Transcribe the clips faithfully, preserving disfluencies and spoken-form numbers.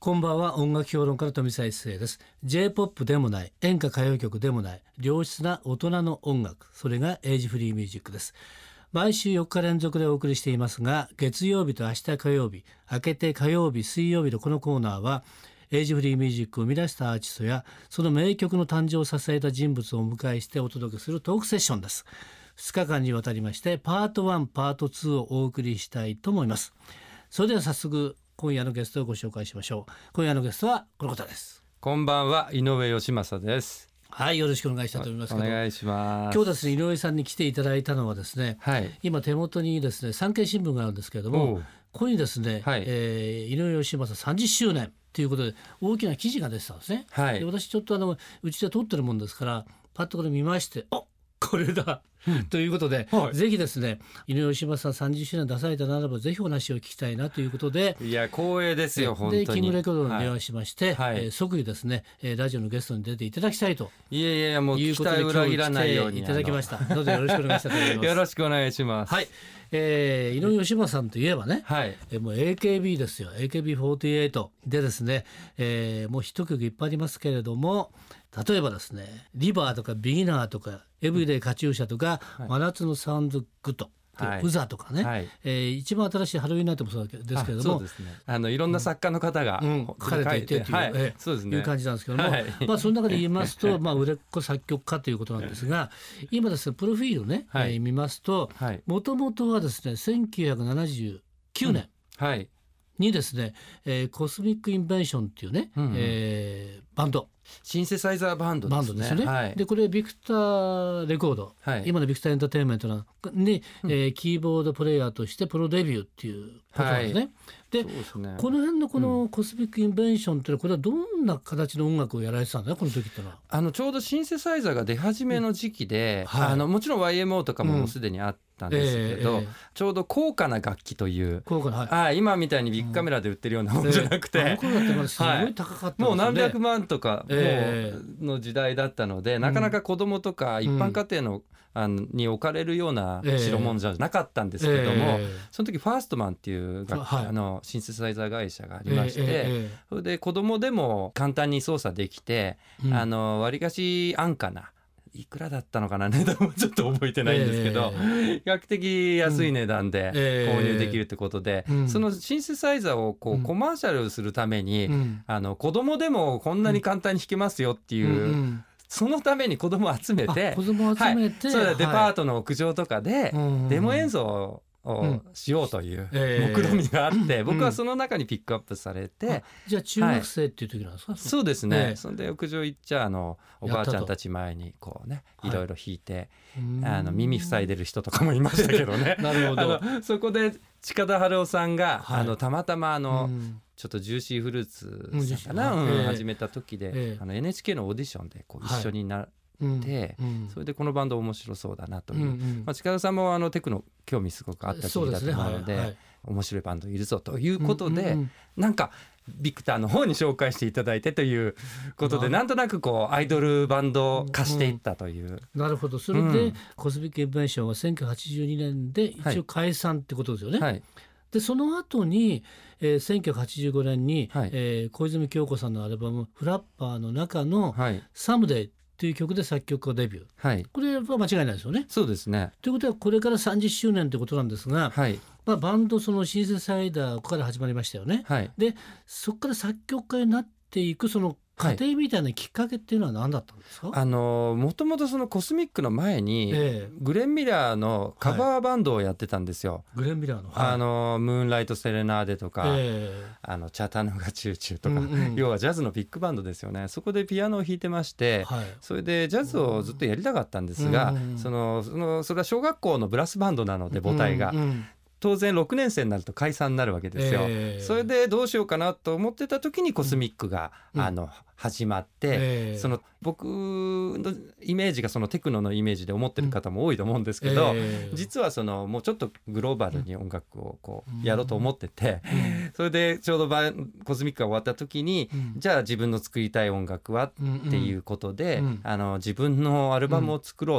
こんばんは。音楽評論家の富澤一世です。 J-ポップ でもない、演歌歌謡曲でもない、良質な大人の音楽、それがエイジフリーミュージックです。毎週よっか連続でお送りしていますが、月曜日と明日火曜日、明けて火曜日水曜日のこのコーナーはエイジフリーミュージックを生み出したアーティストやその名曲の誕生を支えた人物をお迎えしてお届けするトークセッションです。ふつかかんにわたりましてパートワンパートツーをお送りしたいと思います。それでは早速今夜のゲストをご紹介しましょう。今夜のゲストはこの方です。 こんばんは、井上義正です。 はい、よろしくお願いしたいと思いますけど、 お願いします。 今日ですね、井上さんに来ていただいたのはですね、はい、今手元にですね産経新聞があるんですけれども、ここにですね、はい、えー、井上義正さんじゅっしゅうねんということで大きな記事が出てたんですね、はい、で私ちょっとあのうちで撮ってるもんですからパッとこれ見まして、あ、これだということで、はい、ぜひですね井上義正さんさんじゅっしゅうねん出されたならばぜひお話を聞きたいなということで、 いや光栄ですよ本当に。 でキングレコードに電話しまして、はい、えー、即位ですね、えー、ラジオのゲストに出ていただきたいといやいやいやもう期待を裏切らないようにいただきました。どうぞよろしくお願いしたいと思います。 よろしくお願いします。 はい、えー、井上義正さんといえばね、はい、えー、もう エーケービー ですよ。 エーケービーフォーティーエイト でですね、えー、もうヒット曲いっぱいありますけれども、例えばですねリバーとかビギナーとかエブリデイカチューシャとか、はい、真夏のサウンドグッド、はい、ウザとかね、はい、えー、一番新しいハロウィンナイトもそうですけれども、 そうですね、あのいろんな作家の方が、 うんうん、書かれていてという、はい、えーそうですね、いう感じなんですけども、はい、まあ、その中で言いますと、まあ、売れっ子作曲家ということなんですが、今ですねプロフィールをね、はい、えー、見ますともともとはですねせんきゅうひゃくななじゅうきゅうねん、うん、はいにですね、えー、コスミックインベンションっていうね、うんうん、えー、バンドシンセサイザーバンドですね。 バンドですよね、はい、でこれビクターレコード、はい、今のビクターエンターテインメントに、うん、えー、キーボードプレイヤーとしてプロデビューっていうことなんですね、はい、でそうですね、この辺のこのコスミックインベンションっていうのはこれはどんな形の音楽をやられてたんだこの時ってのは。 あのちょうどシンセサイザーが出始めの時期で、うん、はい、あのもちろん ワイエムオー とかももうすでにあったんですけど、うん、えーえー、ちょうど高価な楽器という高価な、はい、あ今みたいにビッグカメラで売ってるようなものじゃなくて、うん、えー、あの頃だってまだすごい高かったんですよね、はい、もう何百万とか、えー、もうの時代だったので、なかなか子供とか一般家庭の、うん、あのに置かれるような代物じゃなかったんですけども、えー、その時ファーストマンっていう楽器、はい、あのシンセサイザー会社がありまして、えーえー、それで子供でも簡単に操作できて、うん、あの割かし安価ないくらだったのかな、値段もちょっと覚えてないんですけど、えー、比較的安い値段で購入できるってことで、うんえー、そのシンセサイザーをこうコマーシャルするために、うん、あの子供でもこんなに簡単に弾けますよっていう、うんうん、そのために子供を集めて、 子供を集めて、 はい、そうだ、デパートの屋上とかでデモ演奏をしようという目論みがあって、うん、えー、僕はその中にピックアップされて、うん、 じゃあ中学生っていう時なんですか。 はい、そうですね、えー、それで屋上行っちゃあのおばあちゃんたち前にこうねいろいろ弾いて、はい、あの耳塞いでる人とかもいましたけどねなるほど。 あのそこで近田春夫さんが、はい、あのたまたまあの、うん、ちょっとジューシーフルーツさんかな、うん、えー、始めた時で、えー、あの エヌエイチケー のオーディションでこう一緒にな、はい、で、うん、それでこのバンド面白そうだなという、うんうん、まあ、近田さんもあのテクノ興味すごくあった時期だと思うので、ね、はいはい、面白いバンドいるぞということで、うんうんうん、なんかビクターの方に紹介していただいてということで、なんとなくこうアイドルバンド化していったという、うんうん、 なるほど。それで、うん、コスミックインベンションはせんきゅうひゃくはちじゅうにねんで一応解散ってことですよね、はいはい、でその後に、えー、せんきゅうひゃくはちじゅうごねんに、はい、えー、小泉今日子さんのアルバムフラッパーの中のサムデイという曲で作曲家デビュー、はい、これは間違いないですよね。 そうですね。 ということはこれからさんじゅっしゅうねんということなんですが、はい、まあ、バンドそのシンセサイダーから始まりましたよね、はい、でそこから作曲家になっていくその過程みたいなきっかけっていうのは何だったんですか。 あのもともとそのコスミックの前に、えー、グレン・ミラーのカバーバンドをやってたんですよ、はい、 グレン・ミラーの、 はい、あのムーンライト・セレナーデとか、えー、あのチャタヌガ・チューチューとか、うんうん、要はジャズのビッグバンドですよね。そこでピアノを弾いてまして、はい、それでジャズをずっとやりたかったんですが、うんうん、そのそのそれは小学校のブラスバンドなので母体が、うんうん、当然ろくねん生になると解散になるわけですよ、えー、それでどうしようかなと思ってた時にコスミックが、うん、あの始まって、えー、その僕のイメージがそのテクノのイメージで思ってる方も多いと思うんですけど、えー、実はそのもうちょっとグローバルに音楽をこうやろうと思ってて、うん、それでちょうどバコスミックが終わった時に、うん、じゃあ自分の作りたい音楽はっていうことで、うんうん、あの自分のアルバムを作ろうと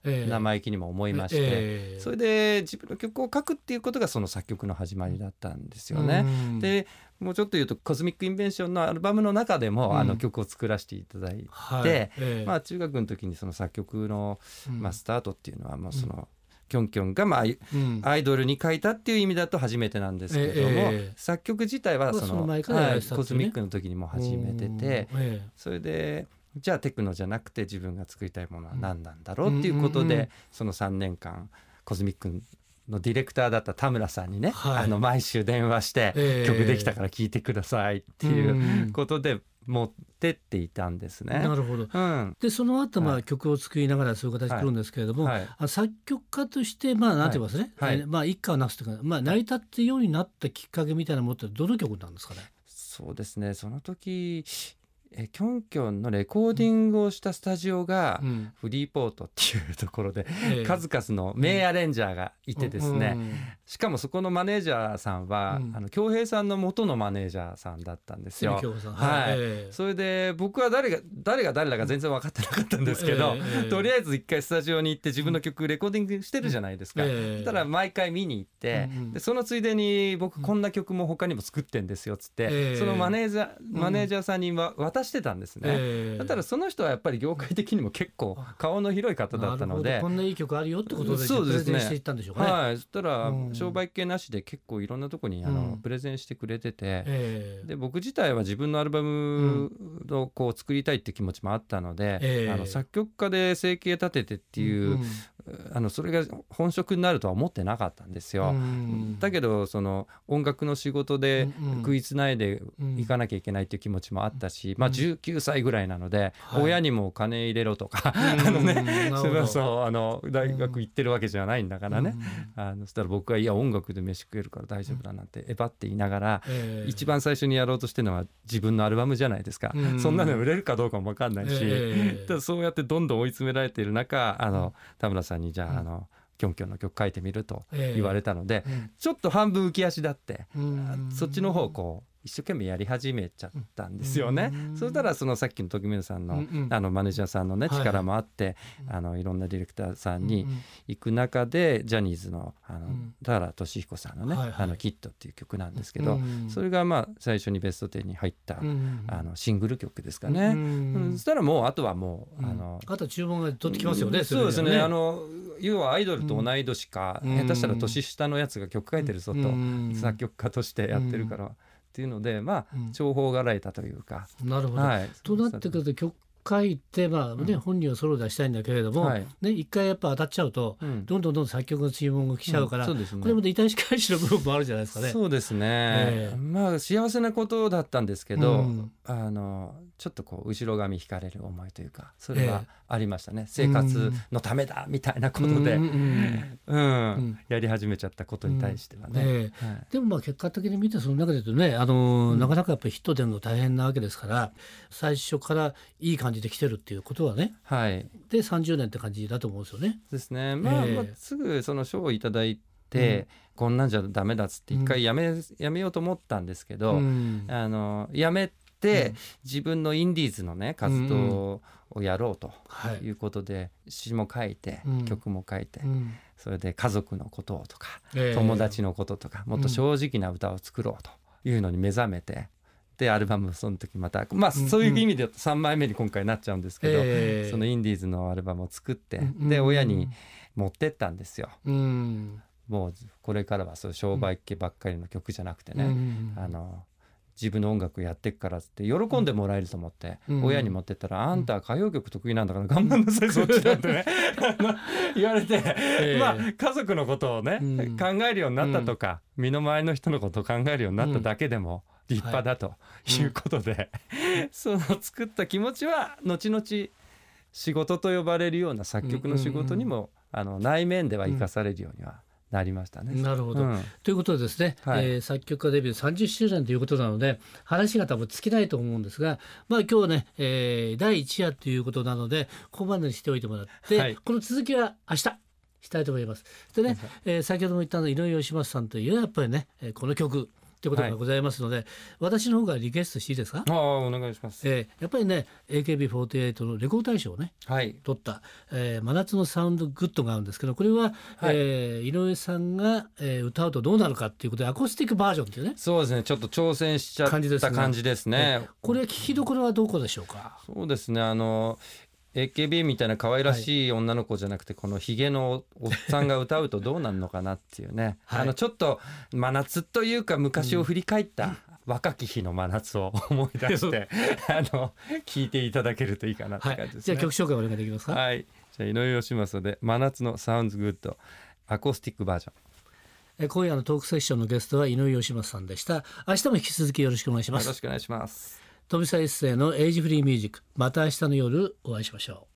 生意気にも思いまして、えー、それで自分の曲を書くっていうことがその作曲の始まりだったんですよね。でもうちょっと言うとコズミックインベンションのアルバムの中でも、うん、あの曲を作らせていただいて、はいえーまあ、中学の時にその作曲の、まあ、スタートっていうのはもうその、うんキョンキョンがまあ、うん、アイドルに書いたっていう意味だと初めてなんですけども、えー、作曲自体はその、まあそのはい、コズミックの時にも始めてて、えー、それでじゃあテクノじゃなくて自分が作りたいものは何なんだろうっていうことで、うんうんうん、そのさんねんかんコズミックのディレクターだった田村さんにね、はい、あの毎週電話して、えー、曲できたから聴いてくださいっていうことで持ってっていたんですね。 なるほど、うん、でその後まあ曲を作りながらそういう形で来るんですけれども、はいはい、作曲家としてまあ何て言いますね、はいはい、まあ一家をなすというか、まあ、成り立ってようになったきっかけみたいなものってどの曲なんですかね。 そうですね、その時えキョンキョンのレコーディングをしたスタジオがフリーポートっていうところで、うん、数々の名アレンジャーがいてですね、うん、しかもそこのマネージャーさんは、うん、あの京平さんの元のマネージャーさんだったんですよ。はい、えー、それで僕は誰が誰が誰だか全然分かってなかったんですけど、えー、とりあえず一回スタジオに行って自分の曲レコーディングしてるじゃないですか、えー、そしたら毎回見に行って、うん、でそのついでに僕こんな曲も他にも作ってんですよっつって、えー、そのマネージャーマネージャーさんに渡してたんですね、えー、だったらその人はやっぱり業界的にも結構顔の広い方だったので、 こんないい曲あるよってことでプレゼンしていったんでしょうかね。 はい、そしたら商売系なしで結構いろんなとこにあの、うん、プレゼンしてくれてて、えー、で僕自体は自分のアルバムをこう作りたいって気持ちもあったので、えー、あの作曲家で生計立ててっていう、うん、あのそれが本職になるとは思ってなかったんですよ、うん、だけどその音楽の仕事で食いつないでいかなきゃいけないっていう気持ちもあったし、うん、まあじゅうきゅうさいぐらいなので、はい、親にも金入れろとかあのね、それはそうあの大学行ってるわけじゃないんだからね、うん、あのそしたら僕はいや音楽で飯食えるから大丈夫だなんてえばって言いながら、えー、一番最初にやろうとしてるのは自分のアルバムじゃないですか、うん、そんなの売れるかどうかも分かんないし、えー、ただそうやってどんどん追い詰められている中あの田村さんにじゃあ、あのキョンキョンの曲書いてみると言われたので、えーうん、ちょっと半分浮き足立って、うん、そっちの方こう一生懸命やり始めちゃったんですよね。そしたらそのさっきの時宗さん の,、うんうん、あのマネージャーさんの、ね、力もあって、はい、あのいろんなディレクターさんに行く中で、うん、ジャニーズ の, あの、うん、田原俊彦さんのね、はいはい、あのキットっていう曲なんですけど、うん、それがまあ最初にベストテンに入った、うん、あのシングル曲ですかね、うん、そしたらもうあとはもう、うん、あのあとは注文が取ってきますよね、うん、 そうですね、あの要はアイドルと同い年か、うん、下手したら年下のやつが曲書いてるぞと、うん、作曲家としてやってるから、うんっていうのでまあ、うん、重宝がられたというか。 なるほど、はい、となってくると曲書いて、まあねうん、本人はソロ出したいんだけれども、はいね、一回やっぱ当たっちゃうと、うん、どんどんどんどん作曲の注文が来ちゃうから、うんうね、これも痛いし返しの部分もあるじゃないですかね。 そうですね、えー、まあ幸せなことだったんですけど、うん、あのちょっとこう後ろ髪引かれる思いというかそれはありましたね、えー、生活のためだみたいなことで、うんうんうん、やり始めちゃったことに対してはね、うんえーはい、でもまあ結果的に見てその中で言うとねあの、うん、なかなかやっぱりヒット出るの大変なわけですから最初からいい感じで来てるっていうことはね、はい、でさんじゅうねんって感じだと思うんですよね。 ですね、まあえーまあ、すぐその賞をいただいて、うん、こんなんじゃダメだっつって一回やめ、うん、やめようと思ったんですけど、うん、あのやめて、うん、自分のインディーズのね活動をやろうということで、うんはい、詩も書いて、うん、曲も書いて、うん、それで家族のこととか、えー、友達のこととかもっと正直な歌を作ろうというのに目覚めて、でアルバムその時またまあそういう意味でさんまいめに今回なっちゃうんですけど、えー、そのインディーズのアルバムを作って、で親に持ってったんですよ、うん、もうこれからはそう商売系ばっかりの曲じゃなくてね、うん、あの自分の音楽やってっからって喜んでもらえると思って、うん、親に持ってったら、うん、あんたは歌謡曲得意なんだから頑張んなさい、うん、そっちだってね言われて、えー、まあ家族のことをね、うん、考えるようになったとか、身の回りの人のことを考えるようになっただけでも立派だということで、はい、その作った気持ちは後々仕事と呼ばれるような作曲の仕事にも、うんうんうん、あの内面では生かされるようにはなりましたね。 なるほど、うん、ということでですね、はいえー、作曲家デビューさんじゅっしゅうねんということなので話が多分尽きないと思うんですが、まあ、今日はね、えー、だいいち夜ということなのでここまでにしておいてもらって、はい、この続きは明日したいと思います。でね、えー、先ほども言ったの井上義正さんというやっぱりねこの曲とということがございますので、はい、私の方からリクエストしていいですか。 あお願いします、 えー、やっぱりね エーケービーフォーティエイト のレコード大賞をね、はい、取った、えー、真夏のサウンドグッドがあるんですけど、これは、はいえー、井上さんが、えー、歌うとどうなるかっていうことでアコースティックバージョンっていうね、 そうですね、ちょっと挑戦しちゃった感じですね。感じですね、 えー、これ聞きどころはどこでしょうか。 そうですね、あのエーケービー みたいな可愛らしい女の子じゃなくて、はい、このヒゲのおっさんが歌うとどうなるのかなっていうね、はい、あのちょっと真夏というか昔を振り返った若き日の真夏を思い出して、うん、あの聞いていただけるといいかなって感じですね、はい、 じゃあ曲紹介お願いできますか。 はい、じゃあ井上芳正で真夏のサウンズグッドアコースティックバージョン。 え今夜のトークセッションのゲストは井上芳正さんでした。明日も引き続きよろしくお願いします。 よろしくお願いします。 富澤一世のエイジフリーミュージック、また明日の夜お会いしましょう。